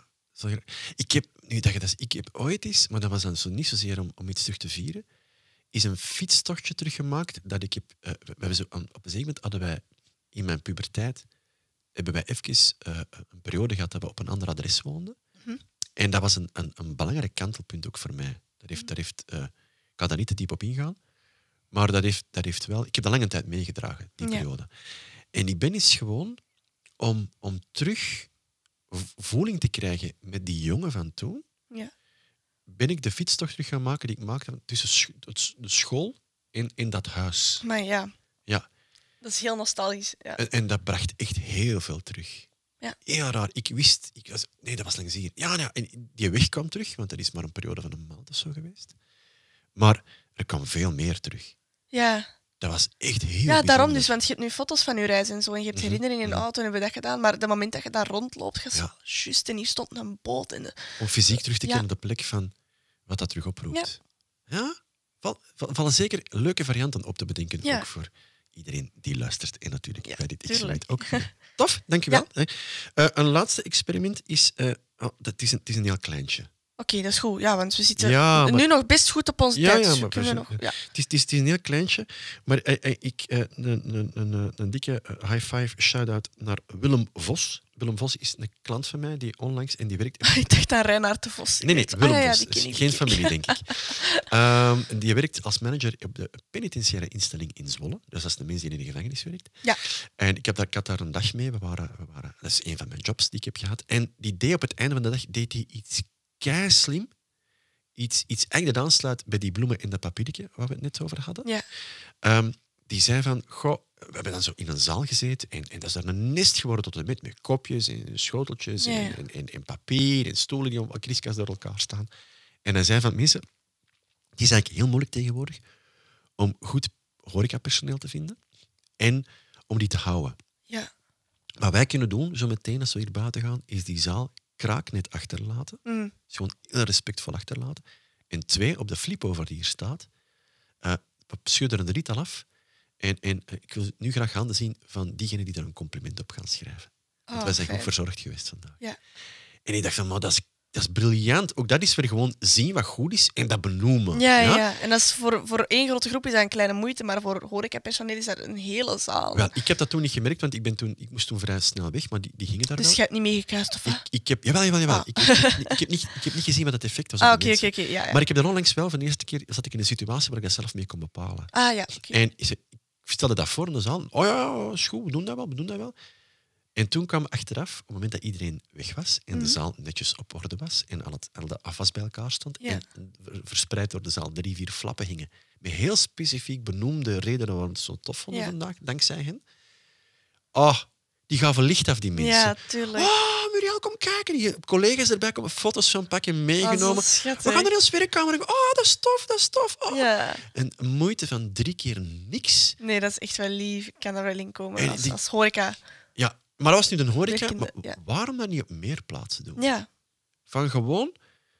ik heb ooit eens, maar dat was dan zo niet zozeer om iets terug te vieren, is een fietstochtje teruggemaakt dat ik heb. We hebben zo, op een zeker moment hadden wij in mijn puberteit hebben wij even een periode gehad dat we op een ander adres woonden. En dat was een belangrijk kantelpunt ook voor mij. Ik ga daar niet te diep op ingaan, maar dat heeft wel. Ik heb dat lange tijd meegedragen, die Ja. periode. En ik ben eens gewoon om terug voeling te krijgen met die jongen van toen, Ja. ben ik de fietstocht terug gaan maken die ik maakte tussen de school en dat huis. Maar ja, Ja. dat is heel nostalgisch. Ja. En dat bracht echt heel veel terug. Ja. Heel raar. Nee, dat was langs hier. Ja, en die weg kwam terug, want dat is maar een periode van een maand of zo geweest. Maar er kwam veel meer terug. Ja. Dat was echt heel Ja, bijzonder. daarom dus, want je hebt nu foto's van je reis en zo, en je hebt herinneringen in de auto en hebben we dat gedaan, maar de moment dat je daar rondloopt, ga je zo, juist, en hier stond een boot. Om fysiek terug te keren Ja. op de plek van wat dat terug oproept. Ja? Vallen zeker leuke varianten op te bedenken, Ja. ook voor iedereen die luistert. En natuurlijk Ja, bij dit tuurlijk. experiment ook. Tof, dankjewel. Een laatste experiment is... het is een heel kleintje. Oké, dat is goed, ja, want we zitten Ja, maar- nu nog best goed op onze Ja, tijd. ja, dus maar kunnen we precies, nog, ja. Het is een heel kleintje, maar een dikke high five shout-out naar Willem Vos. Willem Vos is een klant van mij die onlangs en die werkt... Ik dacht aan Reinaard de Vos. Nee, Willem ja, Vos. die ken ik, Geen die ken ik. familie, denk ik. Die werkt als manager op de penitentiaire instelling in Zwolle. Dus dat is de mens die in de gevangenis werkt. Ja. En ik had daar een dag mee. We waren, dat is een van mijn jobs die ik heb gehad. En die deed op het einde van de dag iets keislim. Iets eigenlijk dat aansluit bij die bloemen in dat papiertje waar we het net over hadden. Ja. Die zei van, goh, we hebben dan zo in een zaal gezeten en dat is daar een nest geworden tot en met kopjes en schoteltjes Ja. en papier en stoelen die op kriskast door elkaar staan. En hij zei van, mensen, het is eigenlijk heel moeilijk tegenwoordig om goed horecapersoneel te vinden en om die te houden. Ja. Wat wij kunnen doen, zo meteen als we hier buiten gaan, is die zaal kraaknet achterlaten. Mm. Dus gewoon heel respectvol achterlaten. En 2, op de flip-over die hier staat, we schudden er een drietal af. En ik wil nu graag handen zien van diegenen die daar een compliment op gaan schrijven. Want wij zijn fijn. goed verzorgd geweest vandaag. Ja. En ik dacht van, maar dat is briljant. Ook dat is weer gewoon zien wat goed is en dat benoemen. Ja. En dat is voor één grote groep is dat een kleine moeite, maar voor horecapersoneel is dat een hele zaal. Wel, ik heb dat toen niet gemerkt, want ik moest toen vrij snel weg, maar die gingen daar Dus wel. je hebt niet meegekruist, of wat? Jawel. Ah. Ik heb niet gezien wat het effect was. op de Oké, mensen. ja. Maar ik heb dan onlangs wel, van de eerste keer zat ik in een situatie waar ik dat zelf mee kon bepalen. Ja, oké. En ik stelde dat voor in de zaal. Oh ja, is goed, we doen dat wel. En toen kwam achteraf, op het moment dat iedereen weg was en de zaal netjes op orde was en al de afwas bij elkaar stond Ja. en verspreid door de zaal 3, 4 flappen hingen, met heel specifiek benoemde redenen waarom we het zo tof vonden Ja. vandaag, dankzij hen. Die gaven licht af, die mensen. Ja, tuurlijk. Muriel, kom kijken. Die collega's erbij komen foto's van pakken meegenomen. zo schattig. We gaan er in ons werkkamer. Dat is tof. Ja. Een moeite van 3 keer niks. Nee, dat is echt wel lief. Ik kan daar wel in komen En die- als horeca. Ja, maar dat was nu de horeca. Werkende, Maar ja. waarom dat niet op meer plaatsen doen? Ja. Van gewoon,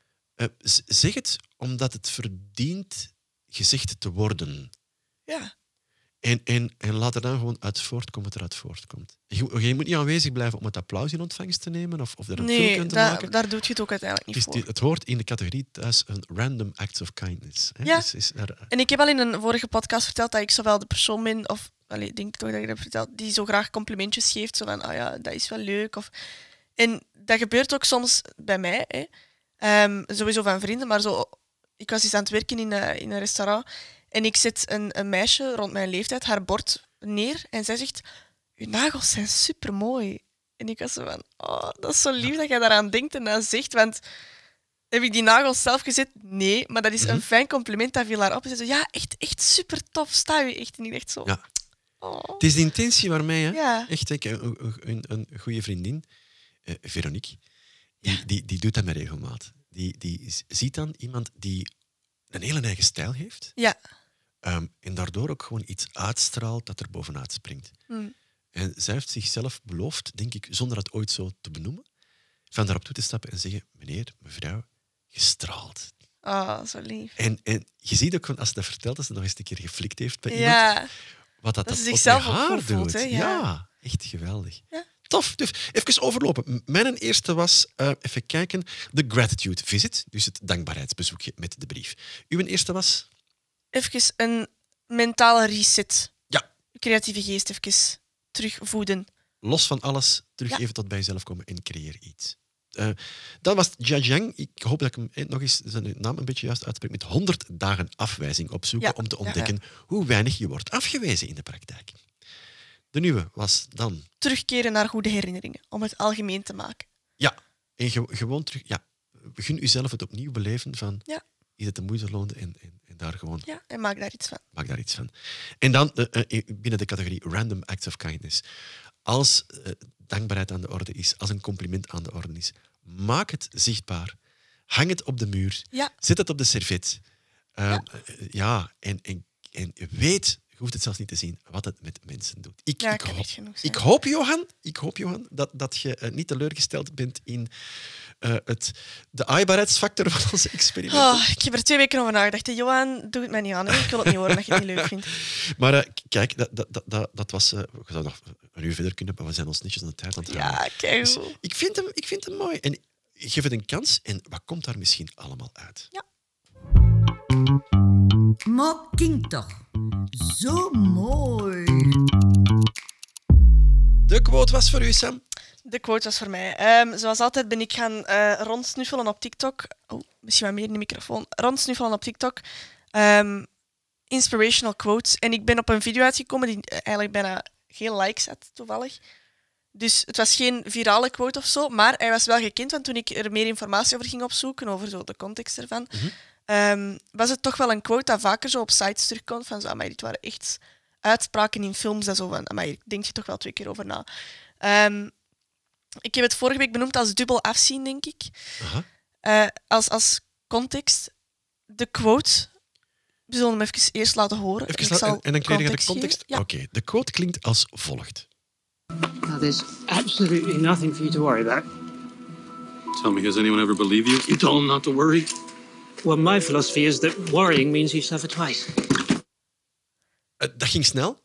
zeg het omdat het verdient gezegd te worden. Ja. En laat er dan gewoon uit voortkomen wat eruit voortkomt. Je moet niet aanwezig blijven om het applaus in ontvangst te nemen of er een filmpje Nee, te maken. daar doet je het ook uiteindelijk niet voor. Het hoort in de categorie thuis een random acts of kindness. Hè? Ja. Dus is er, En ik heb al in een vorige podcast verteld dat ik zowel de persoon ben, of ik denk toch dat ik dat heb verteld, die zo graag complimentjes geeft. Zo van, dat is wel leuk. En dat gebeurt ook soms bij mij. Hè. Sowieso van vrienden, maar zo... Ik was eens aan het werken in een restaurant en ik zet een meisje rond mijn leeftijd haar bord neer en zij zegt, uw nagels zijn supermooi. En ik was zo van, dat is zo lief dat jij daaraan denkt en dat zegt, want... Heb ik die nagels zelf gezet? Nee, maar dat is een fijn compliment. Dat viel haar op. En ze zei, ja, echt super tof. Sta je echt niet echt zo. Ja. Oh. Het is de intentie waarmee, hè? Ja. Echt, een goede vriendin, Veronique, die doet dat met regelmaat. Die ziet dan iemand die een hele eigen stijl heeft Ja. en daardoor ook gewoon iets uitstraalt dat er bovenuit springt. Hm. En zij heeft zichzelf beloofd, denk ik, zonder dat ooit zo te benoemen, van daarop toe te stappen en zeggen, meneer, mevrouw, je straalt. Zo lief. En je ziet ook, als ze dat vertelt, dat ze nog eens een keer geflikt heeft bij iemand, Ja. wat dat Dat op ze zichzelf met ook haar goed voelt, doet. hè, ja. Ja, echt geweldig. Ja. Tof. Dus even overlopen. Mijn eerste was, even kijken, de gratitude visit, dus het dankbaarheidsbezoekje met de brief. Uw eerste was? Even een mentale reset. Ja. Je creatieve geest even terugvoeden. Los van alles, terug Ja. even tot bij jezelf komen en creëer iets. Dat was Jia Jiang. Ik hoop dat ik hem nog eens zijn naam een beetje juist uitspreek. Met 100 dagen afwijzing opzoeken Ja. om te ontdekken hoe weinig je wordt afgewezen in de praktijk. De nieuwe was dan... Terugkeren naar goede herinneringen. Om het algemeen te maken. Ja, en gewoon terug... Ja, gun jezelf het opnieuw beleven van... Ja. Is het de moeite loont en daar gewoon... Ja, en maak daar iets van. Maak daar iets van. En dan binnen de categorie Random Acts of Kindness. Als dankbaarheid aan de orde is, als een compliment aan de orde is, maak het zichtbaar. Hang het op de muur. Ja. Zet het op de servet. En weet, je hoeft het zelfs niet te zien, wat het met mensen doet. Ik hoop, Johan, dat je niet teleurgesteld bent in de aaibaarheidsfactor van onze experimenten. Oh, ik heb er 2 weken over nagedacht. Hè. Johan, doe het mij niet aan. Hè. Ik wil het niet horen dat je het niet leuk vindt. Maar kijk, dat was... we zouden nog een uur verder kunnen, maar we zijn ons netjes aan de tijd aan het houden. Ja, kijk. Dus ik vind hem mooi. En geef het een kans. En wat komt daar misschien allemaal uit? Ja. Maar kind toch. Zo mooi. De quote was voor u, Sam. De quote was voor mij. Zoals altijd ben ik gaan rondsnuffelen op TikTok. Oh, misschien wat meer in de microfoon. Rondsnuffelen op TikTok. Inspirational quotes. En ik ben op een video uitgekomen die eigenlijk bijna geen likes had, toevallig. Dus het was geen virale quote of zo, maar hij was wel gekend, want toen ik er meer informatie over ging opzoeken, over zo de context ervan, was het toch wel een quote dat vaker zo op sites terugkomt van zo, amai, dit waren echt uitspraken in films dat zo van, amai, denk je toch wel 2 keer over na. Ik heb het vorige week benoemd als dubbel afzien, denk ik. Als context, de quote... We zullen hem even eerst laten horen. En dan krijg je de context? Ja. Oké, de quote klinkt als volgt. Now, there's absolutely nothing for you to worry about. Tell me, has anyone ever believed you? You told them not to worry. Well, my philosophy is that worrying means you suffer twice. Dat ging snel.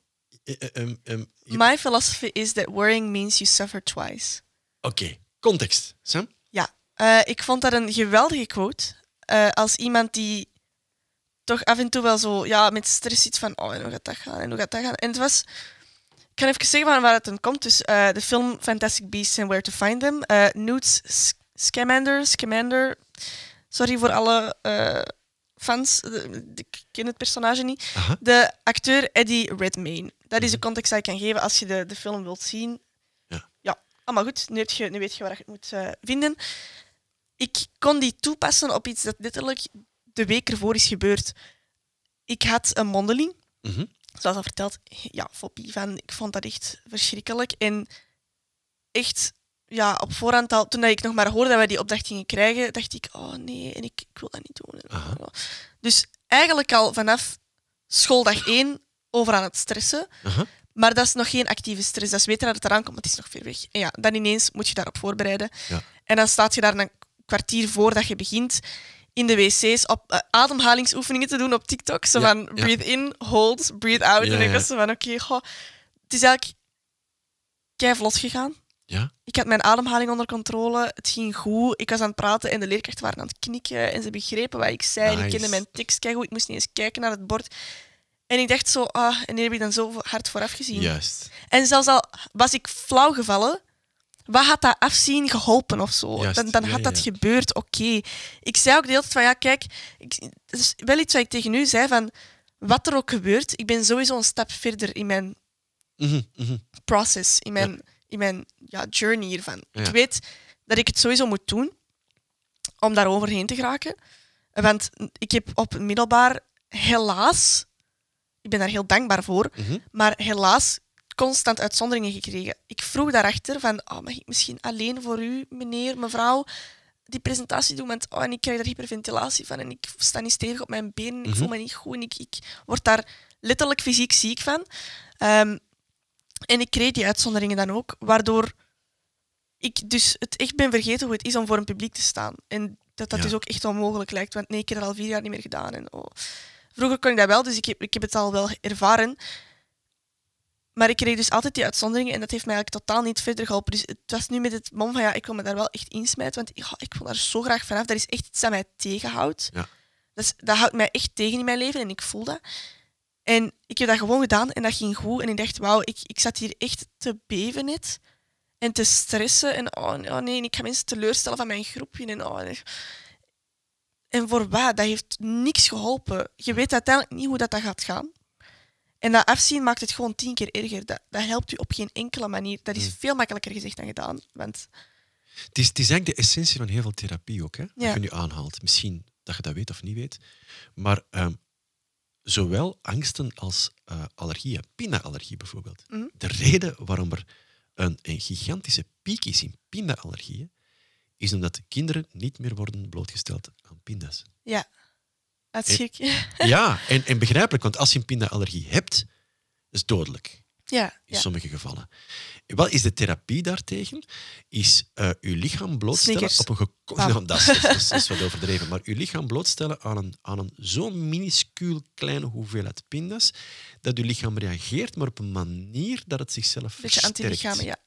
My philosophy is that worrying means you suffer twice. Oké, context. Sam? Ja, ik vond dat een geweldige quote. Als iemand die toch af en toe wel zo met stress zit van en hoe gaat dat gaan, en hoe gaat dat gaan. En het was... Ik kan even zeggen van waar het dan komt. Dus de film Fantastic Beasts and Where to Find Them. Newt Scamander. Sorry voor alle fans. Ik ken het personage niet. Aha. De acteur Eddie Redmayne. Dat is de context die ik kan geven als je de film wilt zien. Ja, allemaal goed. Nu weet je waar je het moet vinden. Ik kon die toepassen op iets dat letterlijk de week ervoor is gebeurd. Ik had een mondeling. Zoals al verteld, fobie van. Ik vond dat echt verschrikkelijk. En echt, op voorhand al, toen ik nog maar hoorde dat wij die opdracht gingen krijgen, dacht ik, oh nee, en ik wil dat niet doen. Aha. Dus eigenlijk al vanaf schooldag 1 over aan het stressen. Aha. Maar dat is nog geen actieve stress. Dat is weten dat het eraan komt, maar het is nog ver weg. En dan ineens moet je daarop voorbereiden. Ja. En dan staat je daar een kwartier voordat je begint in de wc's op ademhalingsoefeningen te doen op TikTok. Zo van breathe in, hold, breathe out. En ik was zo van oké, het is eigenlijk keivlot gegaan. Ja. Ik had mijn ademhaling onder controle. Het ging goed. Ik was aan het praten en de leerkrachten waren aan het knikken. En ze begrepen wat ik zei. Nice. En ik kende mijn tekst keigoed. Ik moest niet eens kijken naar het bord. En ik dacht zo, en hier heb ik dan zo hard vooraf gezien. Juist. En zelfs al was ik flauw gevallen, wat had dat afzien geholpen of zo? Juist, Dan had dat gebeurd, oké. Ik zei ook de hele tijd van, kijk, dat is wel iets wat ik tegen u zei, van wat er ook gebeurt, ik ben sowieso een stap verder in mijn process, in mijn journey hiervan. Ja. Ik weet dat ik het sowieso moet doen om daar overheen te geraken. Want ik heb op het middelbaar helaas, ik ben daar heel dankbaar voor, maar helaas constant uitzonderingen gekregen. Ik vroeg daarachter van, mag ik misschien alleen voor u, meneer, mevrouw, die presentatie doen? Want en ik krijg daar hyperventilatie van en ik sta niet stevig op mijn benen, ik voel me niet goed en ik word daar letterlijk fysiek ziek van. En ik kreeg die uitzonderingen dan ook, waardoor ik dus het echt ben vergeten hoe het is om voor een publiek te staan. En dat dus ook echt onmogelijk lijkt, want nee, ik heb dat al 4 jaar niet meer gedaan. En, Vroeger kon ik dat wel, dus ik heb het al wel ervaren. Maar ik kreeg dus altijd die uitzonderingen en dat heeft mij eigenlijk totaal niet verder geholpen. Dus het was nu met het mom van, ik wil me daar wel echt insmijten, want ik wil daar zo graag vanaf. Dat is echt iets dat mij tegenhoudt. Ja. Dat houdt mij echt tegen in mijn leven en ik voel dat. En ik heb dat gewoon gedaan en dat ging goed. En ik dacht, wauw, ik zat hier echt te beven net. En te stressen. En oh nee, ik ga mensen teleurstellen van mijn groepje. En voor wat? Dat heeft niks geholpen. Je weet uiteindelijk niet hoe dat gaat gaan. En dat afzien maakt het gewoon 10 keer erger. Dat helpt u op geen enkele manier. Dat is veel makkelijker gezegd dan gedaan. Want Het is eigenlijk de essentie van heel veel therapie ook, hè? Ja. Dat je nu aanhaalt. Misschien dat je dat weet of niet weet. Maar zowel angsten als allergieën, pindaallergie bijvoorbeeld. Mhm. De reden waarom er een gigantische piek is in pindaallergieën, is omdat kinderen niet meer worden blootgesteld aan pinda's. Ja. Dat is gek. Ja, en begrijpelijk, want als je een pindaallergie hebt, is het dodelijk. Ja. In Ja. sommige gevallen. Wat is de therapie daartegen? Is uw lichaam blootstellen Snickers. op een Bam. Nou, dat is wat overdreven. Maar uw lichaam blootstellen aan een zo'n minuscuul kleine hoeveelheid pindas dat uw lichaam reageert, maar op een manier dat het zichzelf Beetje versterkt. antilichamen, ja.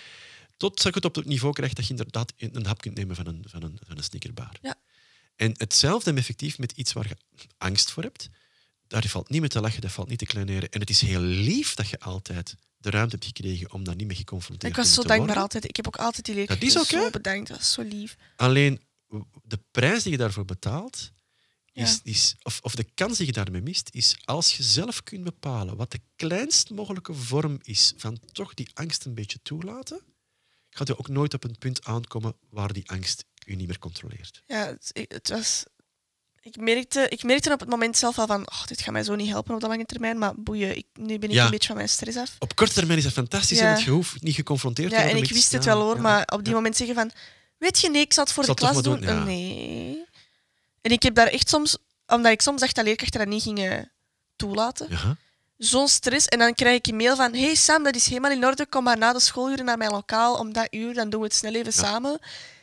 Tot je het op het niveau krijgt dat je inderdaad een hap kunt nemen van een snickerbar. Ja. En hetzelfde effectief met iets waar je angst voor hebt. Daar valt niet mee te lachen, dat valt niet te kleineren. En het is heel lief dat je altijd de ruimte hebt gekregen om daar niet mee geconfronteerd Ik was te zo worden. dankbaar altijd. Ik heb ook altijd die leerkrachten Dat is ook, hè? zo bedankt. Dat was zo lief. Alleen de prijs die je daarvoor betaalt, Ja. of de kans die je daarmee mist, is als je zelf kunt bepalen wat de kleinst mogelijke vorm is van toch die angst een beetje toelaten, gaat je ook nooit op een punt aankomen waar die angst je niet meer controleert. Ja, het was... Ik merkte op het moment zelf al van, dit gaat mij zo niet helpen op de lange termijn, maar boeien, nu ben ik Ja. een beetje van mijn stress af. Op korte termijn is dat fantastisch, Ja. hè, want je hoeft niet geconfronteerd te Ja, worden en ik met wist iets. het Ja, wel hoor, ja. maar op die Ja. moment zeggen van, weet je, nee, ik zal het voor Ik de zal het klas toch doen. maar doen, ja. Nee. En ik heb daar echt soms, omdat ik soms dacht dat leerkrachten dat niet gingen toelaten, Ja. zo'n stress. En dan krijg ik een mail van, hey Sam, dat is helemaal in orde, kom maar na de schooluren naar mijn lokaal om dat uur, dan doen we het snel even samen.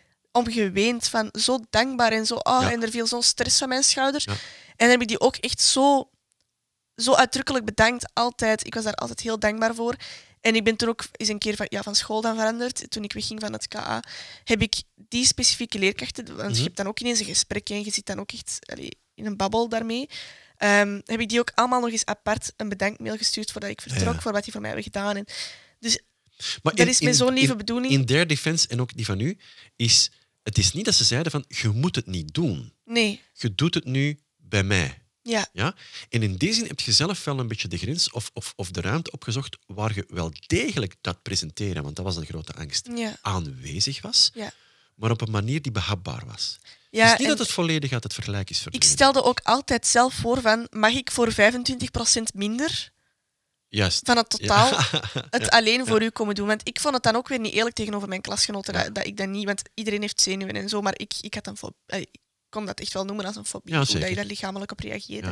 Om geweend van, zo dankbaar en zo, Ja. en er viel zo'n stress van mijn schouders. Ja. En dan heb ik die ook echt zo uitdrukkelijk bedankt, altijd. Ik was daar altijd heel dankbaar voor. En ik ben toen ook eens een keer van school dan veranderd. Toen ik wegging van het KA, heb ik die specifieke leerkrachten, want je hebt dan ook ineens een gesprek en je zit dan ook echt in een babbel daarmee. Heb ik die ook allemaal nog eens apart een bedankmail gestuurd voordat ik vertrok, Ja. voor wat die voor mij hebben gedaan. En dus Maar dat is met zo'n lieve bedoeling. In their defense, en ook die van u, het is niet dat ze zeiden van, je moet het niet doen. Nee, Je doet het nu bij mij. ja. Ja? En in die zin heb je zelf wel een beetje de grens of de ruimte opgezocht waar je wel degelijk dat presenteren, want dat was een grote angst, Ja. aanwezig was, Ja. maar op een manier die behapbaar was. Ja, dus niet en dat het volledig uit het vergelijk is ik verdwenen. stelde ook altijd zelf voor van, mag ik voor 25% minder Juist. van het totaal Ja. het alleen voor u komen doen? Want ik vond het dan ook weer niet eerlijk tegenover mijn klasgenoten dat ik dat niet... Want iedereen heeft zenuwen en zo, maar ik had ik kon dat echt wel noemen als een fobie, Ja, hoe dat zeker. je daar lichamelijk op reageerde. Ja.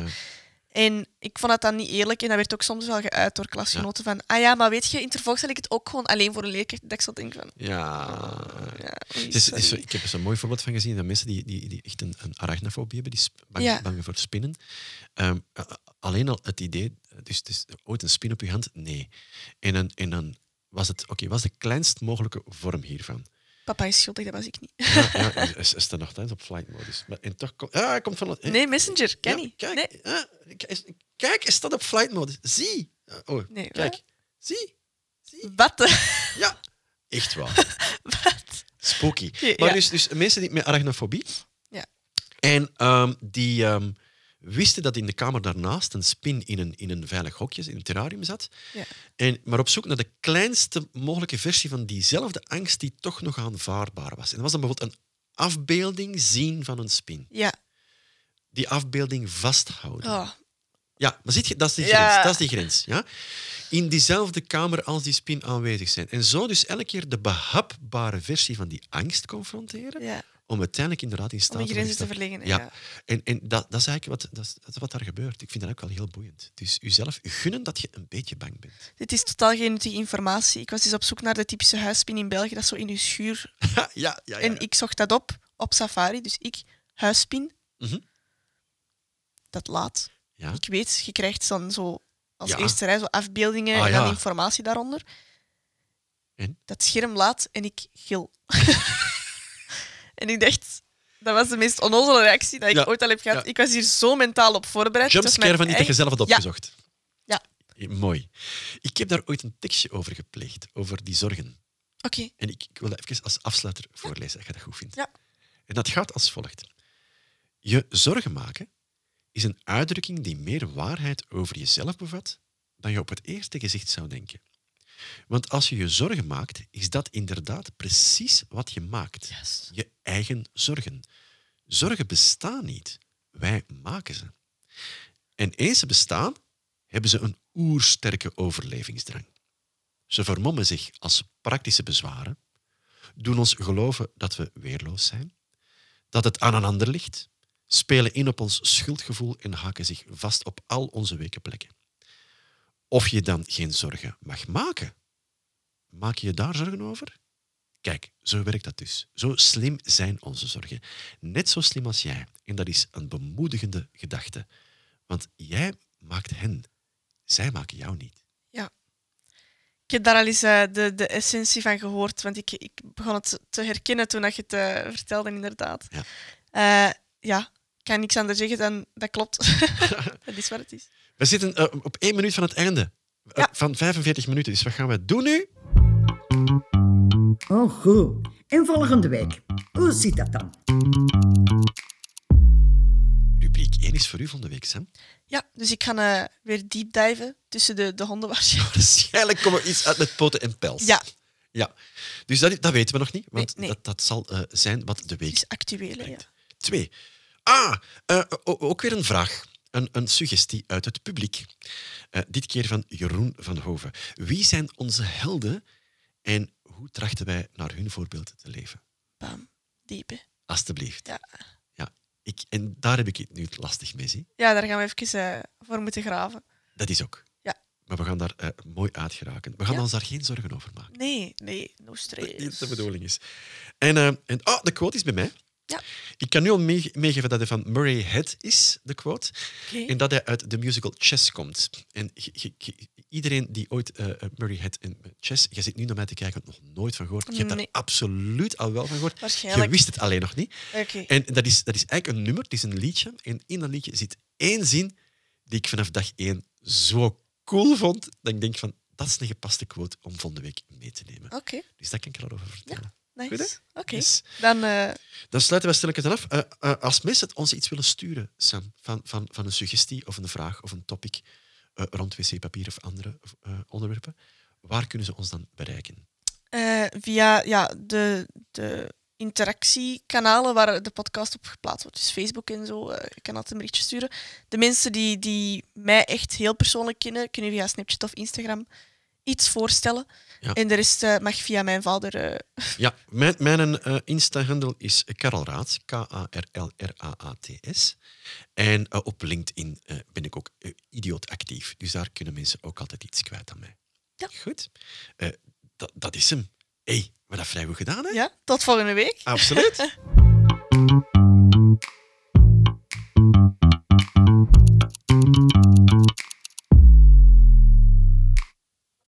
En ik vond dat dan niet eerlijk en dat werd ook soms wel geuit door klasgenoten van, ja, maar weet je, in het vervolg stel ik het ook gewoon alleen voor een leerkracht, dat ik zo denk van... Ja. Ja, oei, Het is sorry. ik heb er zo'n mooi voorbeeld van gezien dat mensen die echt een arachnofobie hebben, die Ja. bang voor spinnen. Alleen al het idee, dus ooit een spin op je hand? Nee. En dan was het, was de kleinst mogelijke vorm hiervan. Papa is schuldig, dat was ik niet. Ja, hij staat nog steeds op flight modus. Maar, en toch hij komt van... Nee, Messenger, ken Ja, niet. kijk, Nee. kijk, hij staat op flight modus. Zie. Nee, kijk. wat? Zie. Wat? Ja, echt waar. Wat? Spooky. Ja. Maar dus mensen die met arachnofobie. Ja. En die wisten dat in de kamer daarnaast een spin in een veilig hokje, in een terrarium zat. Ja. Maar op zoek naar de kleinste mogelijke versie van diezelfde angst die toch nog aanvaardbaar was. En dat was dan bijvoorbeeld een afbeelding zien van een spin. Ja. Die afbeelding vasthouden. Oh. Ja, maar ziet je, dat is die Ja. grens. Dat is die grens, ja? In diezelfde kamer als die spin aanwezig zijn. En zo dus elke keer de behapbare versie van die angst confronteren, Ja. om uiteindelijk inderdaad in staat Om die te grenzen te worden verleggen. Ja. En dat is eigenlijk dat is wat daar gebeurt. Ik vind dat ook wel heel boeiend. Dus uzelf gunnen dat je een beetje bang bent. Dit is totaal geen nuttige informatie. Ik was eens op zoek naar de typische huisspin in België, dat is zo in uw schuur. Ja. En ik zocht dat op Safari, dus huisspin. Mhm. Dat laat. Ja. Ik weet, je krijgt dan zo als Ja. eerste rij zo afbeeldingen Ah, en dan ja. informatie daaronder. En? Dat scherm laat en ik gil. En ik dacht, dat was de meest onnozele reactie dat ik Ja. ooit al heb gehad. Ja. Ik was hier zo mentaal op voorbereid. Het was Jumpscare van mijn niet dat je zelf had Ja. opgezocht. Ja. Mooi. Ik heb daar ooit een tekstje over gepleegd, over die zorgen. Oké. En ik wil dat even als afsluiter voorlezen, als je dat goed vindt. Ja. En dat gaat als volgt. Je zorgen maken is een uitdrukking die meer waarheid over jezelf bevat dan je op het eerste gezicht zou denken. Want als je je zorgen maakt, is dat inderdaad precies wat je maakt. Yes. Je eigen zorgen. Zorgen bestaan niet. Wij maken ze. En eens ze bestaan, hebben ze een oersterke overlevingsdrang. Ze vermommen zich als praktische bezwaren, doen ons geloven dat we weerloos zijn, dat het aan een ander ligt, spelen in op ons schuldgevoel en haken zich vast op al onze weke plekken. Of je dan geen zorgen mag maken. Maak je je daar zorgen over? Kijk, zo werkt dat dus. Zo slim zijn onze zorgen. Net zo slim als jij. En dat is een bemoedigende gedachte. Want jij maakt hen. Zij maken jou niet. Ja. Ik heb daar al eens de essentie van gehoord, want ik begon het te herkennen toen dat je het vertelde, inderdaad. Ja. Ik kan niks anders zeggen dan dat klopt. Dat is wat het is. We zitten op 1 minuut van het einde. Ja. Van 45 minuten. Dus wat gaan we doen nu? Oh, goed. En volgende week. Hoe zit dat dan? Rubriek 1 is voor u volgende week, Sam. Ja, dus ik ga weer deep diven tussen de honden waarschijnlijk. Waarschijnlijk komen we iets uit met poten en pels. Ja, Dus dat weten we nog niet, want Nee. Dat zal zijn wat de het week is actueel. Hè, ja. 2. Ook weer een vraag. Een suggestie uit het publiek. Dit keer van Jeroen van Hoven. Wie zijn onze helden en hoe trachten wij naar hun voorbeeld te leven? Bam, diep. Hè. Alsjeblieft. Ja. En daar heb ik het nu lastig mee, zie. Ja, daar gaan we even voor moeten graven. Dat is ook. Ja. Maar we gaan daar mooi uit geraken. We gaan Ja. ons daar geen zorgen over maken. Nee, no Dat stress. niet de bedoeling is. En de quote is bij mij. Ja. Ik kan nu al meegeven dat hij van Murray Head is, de quote. Oké. En dat hij uit de musical Chess komt. En iedereen die ooit Murray Head en Chess... Je zit nu naar mij te kijken, nog nooit van gehoord. Je hebt daar Nee. absoluut al wel van gehoord. Waarschijnlijk. Je wist het alleen nog niet. Oké. En dat is eigenlijk een nummer, het is een liedje. En in dat liedje zit 1 zin die ik vanaf dag 1 zo cool vond, dat ik denk van, dat is een gepaste quote om volgende week mee te nemen. Oké, Dus daar kan ik er al over vertellen. nice. Goed, hè? Oké, Dus dan... dan sluiten we stilletjes af. Als mensen ons iets willen sturen, Sam, van een suggestie of een vraag of een topic rond wc-papier of andere onderwerpen, waar kunnen ze ons dan bereiken? via de interactiekanalen waar de podcast op geplaatst wordt. Dus Facebook en zo. Je kan altijd een berichtje sturen. De mensen die mij echt heel persoonlijk kennen, kunnen via Snapchat of Instagram iets voorstellen. Ja. En de rest mag via mijn vader... Ja, mijn Insta-handle is Karelraats, Karlraats. En op LinkedIn ben ik ook idioot actief. Dus daar kunnen mensen ook altijd iets kwijt aan mij. Ja. Goed. Dat is hem. Hé, maar dat vrij goed gedaan, hè? Ja, tot volgende week. Absoluut.